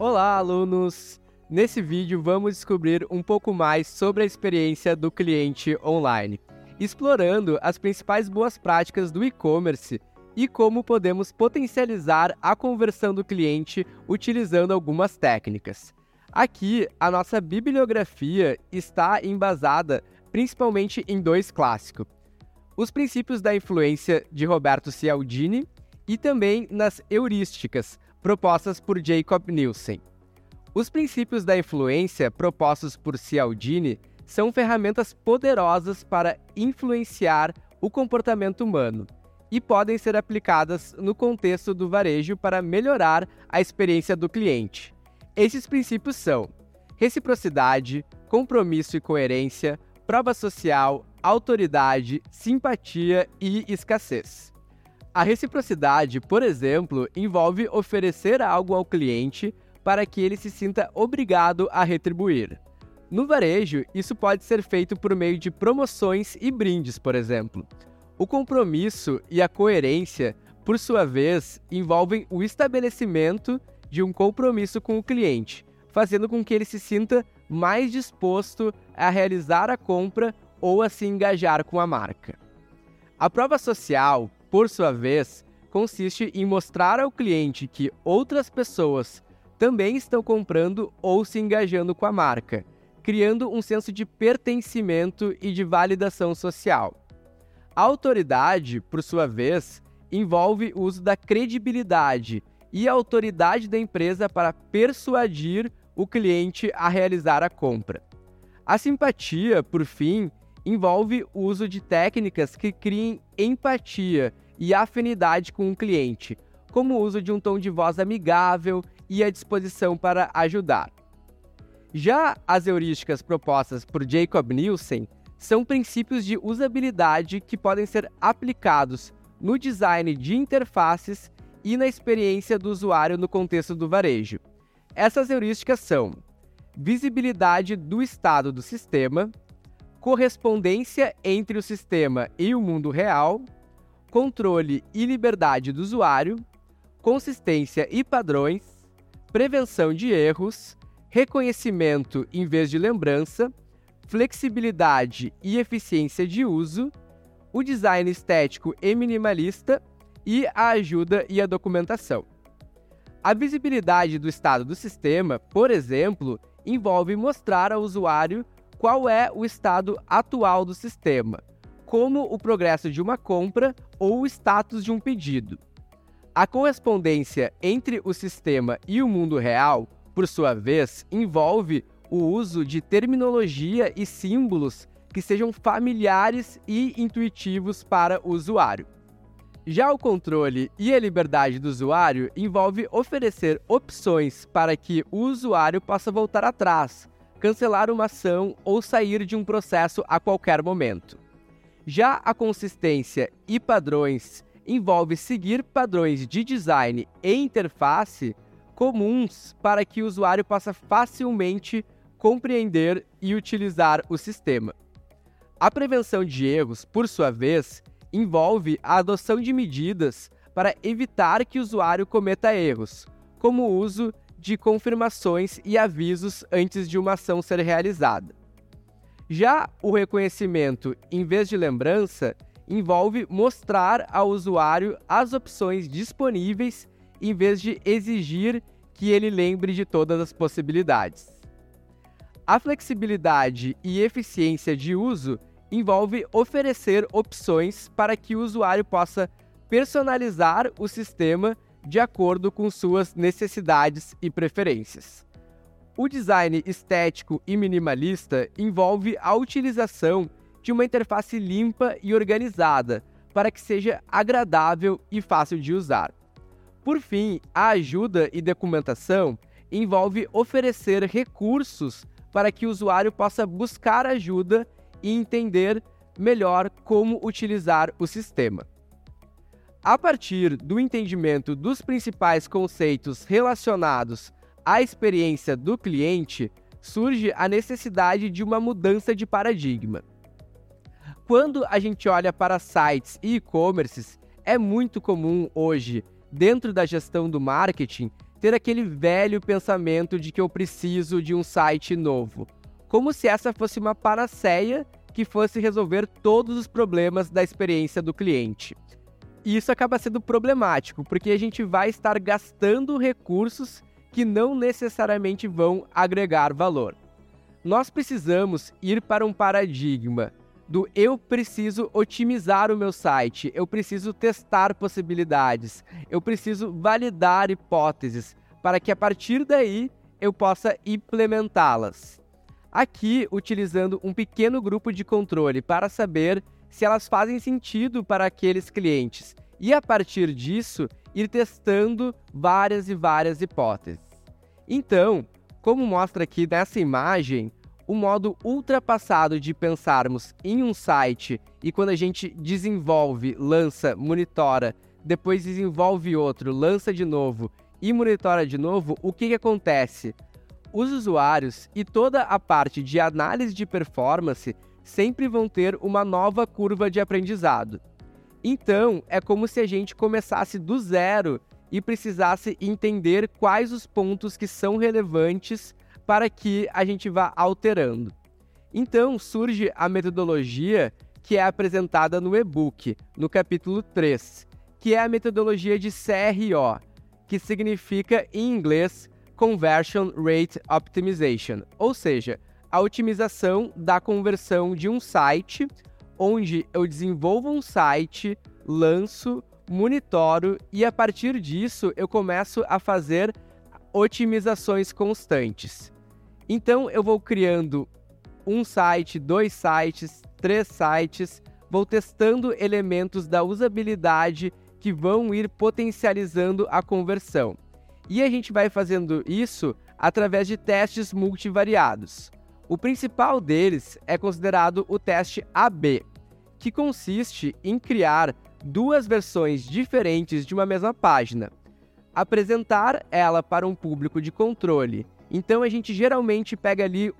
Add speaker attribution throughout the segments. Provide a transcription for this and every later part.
Speaker 1: Olá, alunos! Nesse vídeo vamos descobrir um pouco mais sobre a experiência do cliente online, explorando as principais boas práticas do e-commerce e como podemos potencializar a conversão do cliente utilizando algumas técnicas. Aqui, a nossa bibliografia está embasada principalmente em dois clássicos: Os Princípios da Influência, de Roberto Cialdini, e também nas heurísticas, propostas por Jacob Nielsen. Os princípios da influência propostos por Cialdini são ferramentas poderosas para influenciar o comportamento humano e podem ser aplicadas no contexto do varejo para melhorar a experiência do cliente. Esses princípios são reciprocidade, compromisso e coerência, prova social, autoridade, simpatia e escassez. A reciprocidade, por exemplo, envolve oferecer algo ao cliente para que ele se sinta obrigado a retribuir. No varejo, isso pode ser feito por meio de promoções e brindes, por exemplo. O compromisso e a coerência, por sua vez, envolvem o estabelecimento de um compromisso com o cliente, fazendo com que ele se sinta mais disposto a realizar a compra ou a se engajar com a marca. A prova social, por sua vez, consiste em mostrar ao cliente que outras pessoas também estão comprando ou se engajando com a marca, criando um senso de pertencimento e de validação social. A autoridade, por sua vez, envolve o uso da credibilidade e a autoridade da empresa para persuadir o cliente a realizar a compra. A simpatia, por fim, envolve o uso de técnicas que criem empatia e afinidade com o cliente, como o uso de um tom de voz amigável e a disposição para ajudar. Já as heurísticas propostas por Jacob Nielsen são princípios de usabilidade que podem ser aplicados no design de interfaces e na experiência do usuário no contexto do varejo. Essas heurísticas são visibilidade do estado do sistema, correspondência entre o sistema e o mundo real, controle e liberdade do usuário, consistência e padrões, prevenção de erros, reconhecimento em vez de lembrança, flexibilidade e eficiência de uso, o design estético e minimalista e a ajuda e a documentação. A visibilidade do estado do sistema, por exemplo, envolve mostrar ao usuário qual é o estado atual do sistema, como o progresso de uma compra ou o status de um pedido. A correspondência entre o sistema e o mundo real, por sua vez, envolve o uso de terminologia e símbolos que sejam familiares e intuitivos para o usuário. Já o controle e a liberdade do usuário envolve oferecer opções para que o usuário possa voltar atrás, cancelar uma ação ou sair de um processo a qualquer momento. Já a consistência e padrões envolve seguir padrões de design e interface comuns para que o usuário possa facilmente compreender e utilizar o sistema. A prevenção de erros, por sua vez, envolve a adoção de medidas para evitar que o usuário cometa erros, como o uso de confirmações e avisos antes de uma ação ser realizada. Já o reconhecimento, em vez de lembrança, envolve mostrar ao usuário as opções disponíveis em vez de exigir que ele lembre de todas as possibilidades. A flexibilidade e eficiência de uso envolve oferecer opções para que o usuário possa personalizar o sistema de acordo com suas necessidades e preferências. O design estético e minimalista envolve a utilização de uma interface limpa e organizada para que seja agradável e fácil de usar. Por fim, a ajuda e documentação envolve oferecer recursos para que o usuário possa buscar ajuda e entender melhor como utilizar o sistema. A partir do entendimento dos principais conceitos relacionados à experiência do cliente, surge a necessidade de uma mudança de paradigma. Quando a gente olha para sites e e-commerces, é muito comum hoje, dentro da gestão do marketing, ter aquele velho pensamento de que eu preciso de um site novo, como se essa fosse uma panaceia que fosse resolver todos os problemas da experiência do cliente. E isso acaba sendo problemático, porque a gente vai estar gastando recursos que não necessariamente vão agregar valor. Nós precisamos ir para um paradigma do eu preciso otimizar o meu site, eu preciso testar possibilidades, eu preciso validar hipóteses, para que a partir daí eu possa implementá-las. Aqui, utilizando um pequeno grupo de controle para saber se elas fazem sentido para aqueles clientes e, a partir disso, ir testando várias e várias hipóteses. Então, como mostra aqui nessa imagem, o modo ultrapassado de pensarmos em um site e quando a gente desenvolve, lança, monitora, depois desenvolve outro, lança de novo e monitora de novo, o que acontece? Os usuários e toda a parte de análise de performance sempre vão ter uma nova curva de aprendizado. Então, é como se a gente começasse do zero e precisasse entender quais os pontos que são relevantes para que a gente vá alterando. Então, surge a metodologia que é apresentada no e-book, no capítulo 3, que é a metodologia de CRO, que significa, em inglês, Conversion Rate Optimization, ou seja, a otimização da conversão de um site, onde eu desenvolvo um site, lanço, monitoro e, a partir disso, eu começo a fazer otimizações constantes. Então, eu vou criando um site, 2 sites, 3 sites, vou testando elementos da usabilidade que vão ir potencializando a conversão. E a gente vai fazendo isso através de testes multivariados. O principal deles é considerado o teste AB, que consiste em criar 2 versões diferentes de uma mesma página, apresentar ela para um público de controle. Então a gente geralmente pega ali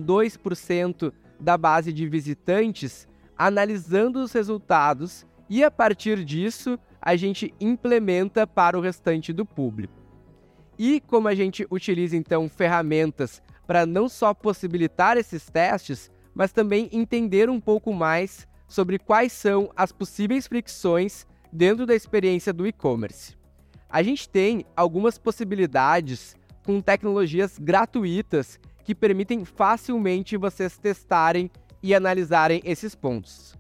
Speaker 1: 2% da base de visitantes, analisando os resultados e a partir disso a gente implementa para o restante do público. E como a gente utiliza então ferramentas para não só possibilitar esses testes, mas também entender um pouco mais sobre quais são as possíveis fricções dentro da experiência do e-commerce. A gente tem algumas possibilidades com tecnologias gratuitas que permitem facilmente vocês testarem e analisarem esses pontos.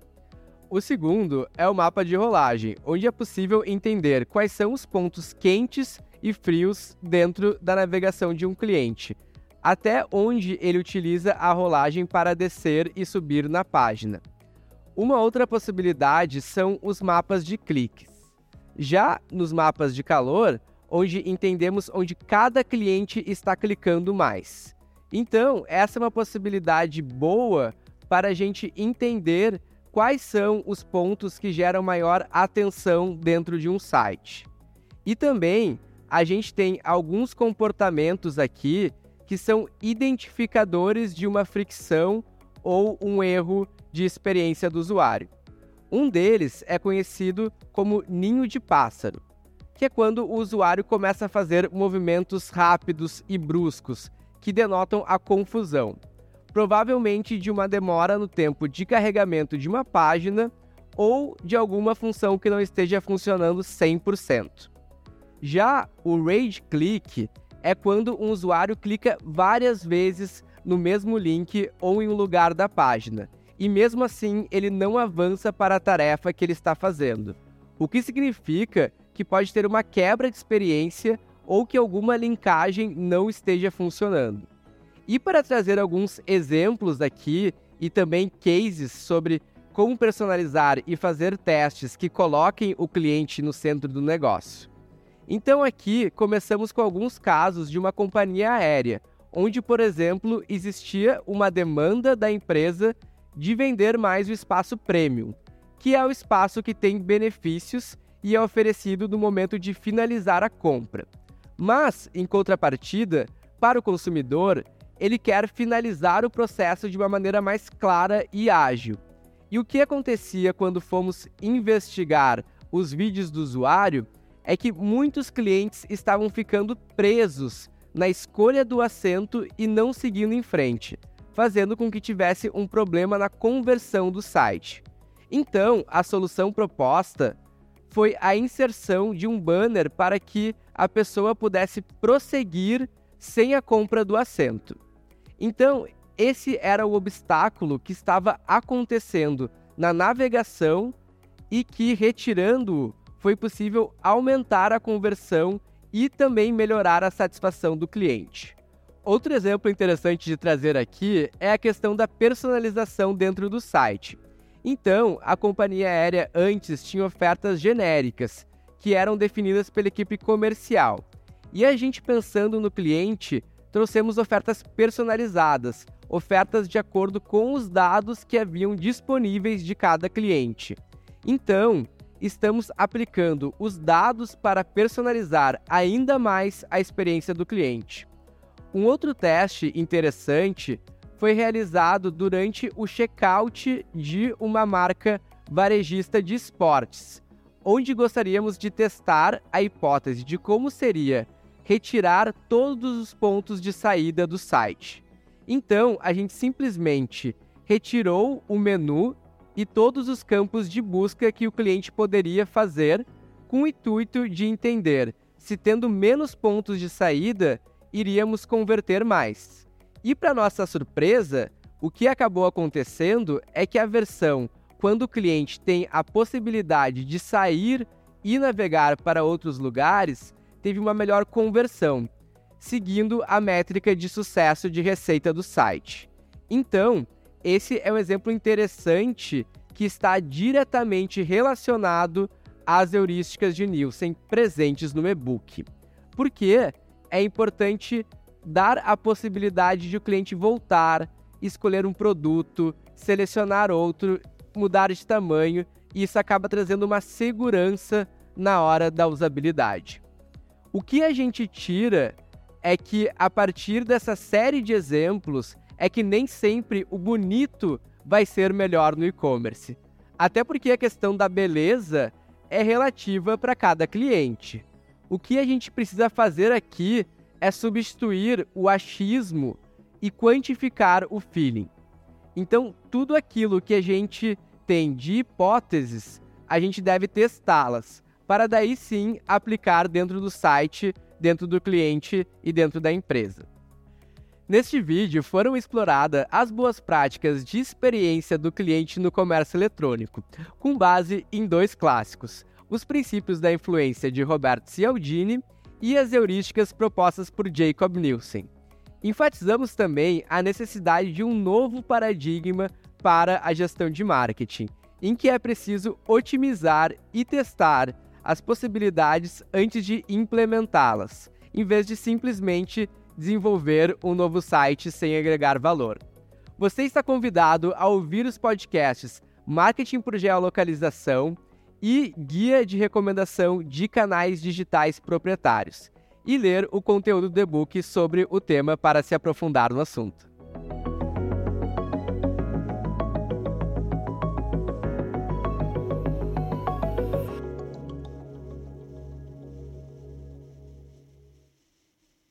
Speaker 1: O segundo é o mapa de rolagem, onde é possível entender quais são os pontos quentes e frios dentro da navegação de um cliente, até onde ele utiliza a rolagem para descer e subir na página. Uma outra possibilidade são os mapas de cliques. Já nos mapas de calor, onde entendemos onde cada cliente está clicando mais. Então, essa é uma possibilidade boa para a gente entender quais são os pontos que geram maior atenção dentro de um site. E também a gente tem alguns comportamentos aqui que são identificadores de uma fricção ou um erro de experiência do usuário. Um deles é conhecido como ninho de pássaro, que é quando o usuário começa a fazer movimentos rápidos e bruscos, que denotam a confusão, provavelmente de uma demora no tempo de carregamento de uma página ou de alguma função que não esteja funcionando 100%. Já o rage click é quando um usuário clica várias vezes no mesmo link ou em um lugar da página, e mesmo assim ele não avança para a tarefa que ele está fazendo, o que significa que pode ter uma quebra de experiência ou que alguma linkagem não esteja funcionando. E para trazer alguns exemplos aqui e também cases sobre como personalizar e fazer testes que coloquem o cliente no centro do negócio. Então aqui começamos com alguns casos de uma companhia aérea, onde, por exemplo, existia uma demanda da empresa de vender mais o espaço premium, que é o espaço que tem benefícios e é oferecido no momento de finalizar a compra. Mas, em contrapartida, para o consumidor, ele quer finalizar o processo de uma maneira mais clara e ágil. E o que acontecia quando fomos investigar os vídeos do usuário é que muitos clientes estavam ficando presos na escolha do assento e não seguindo em frente, fazendo com que tivesse um problema na conversão do site. Então, a solução proposta foi a inserção de um banner para que a pessoa pudesse prosseguir sem a compra do assento. Então, esse era o obstáculo que estava acontecendo na navegação e que, retirando-o, foi possível aumentar a conversão e também melhorar a satisfação do cliente. Outro exemplo interessante de trazer aqui é a questão da personalização dentro do site. Então, a companhia aérea antes tinha ofertas genéricas, que eram definidas pela equipe comercial. E a gente, pensando no cliente, trouxemos ofertas personalizadas, ofertas de acordo com os dados que haviam disponíveis de cada cliente. Então, estamos aplicando os dados para personalizar ainda mais a experiência do cliente. Um outro teste interessante foi realizado durante o checkout de uma marca varejista de esportes, onde gostaríamos de testar a hipótese de como seria retirar todos os pontos de saída do site. Então, a gente simplesmente retirou o menu e todos os campos de busca que o cliente poderia fazer, com o intuito de entender se, tendo menos pontos de saída, iríamos converter mais. E, para nossa surpresa, o que acabou acontecendo é que a versão, quando o cliente tem a possibilidade de sair e navegar para outros lugares, teve uma melhor conversão, seguindo a métrica de sucesso de receita do site. Então, esse é um exemplo interessante que está diretamente relacionado às heurísticas de Nielsen presentes no e-book. Porque é importante dar a possibilidade de o cliente voltar, escolher um produto, selecionar outro, mudar de tamanho, e isso acaba trazendo uma segurança na hora da usabilidade. O que a gente tira é que, a partir dessa série de exemplos, é que nem sempre o bonito vai ser melhor no e-commerce. Até porque a questão da beleza é relativa para cada cliente. O que a gente precisa fazer aqui é substituir o achismo e quantificar o feeling. Então, tudo aquilo que a gente tem de hipóteses, a gente deve testá-las, para daí sim aplicar dentro do site, dentro do cliente e dentro da empresa. Neste vídeo foram exploradas as boas práticas de experiência do cliente no comércio eletrônico, com base em dois clássicos: os princípios da influência de Roberto Cialdini e as heurísticas propostas por Jacob Nielsen. Enfatizamos também a necessidade de um novo paradigma para a gestão de marketing, em que é preciso otimizar e testar as possibilidades antes de implementá-las, em vez de simplesmente desenvolver um novo site sem agregar valor. Você está convidado a ouvir os podcasts Marketing por Geolocalização e Guia de Recomendação de Canais Digitais Proprietários, e ler o conteúdo do e-book sobre o tema para se aprofundar no assunto.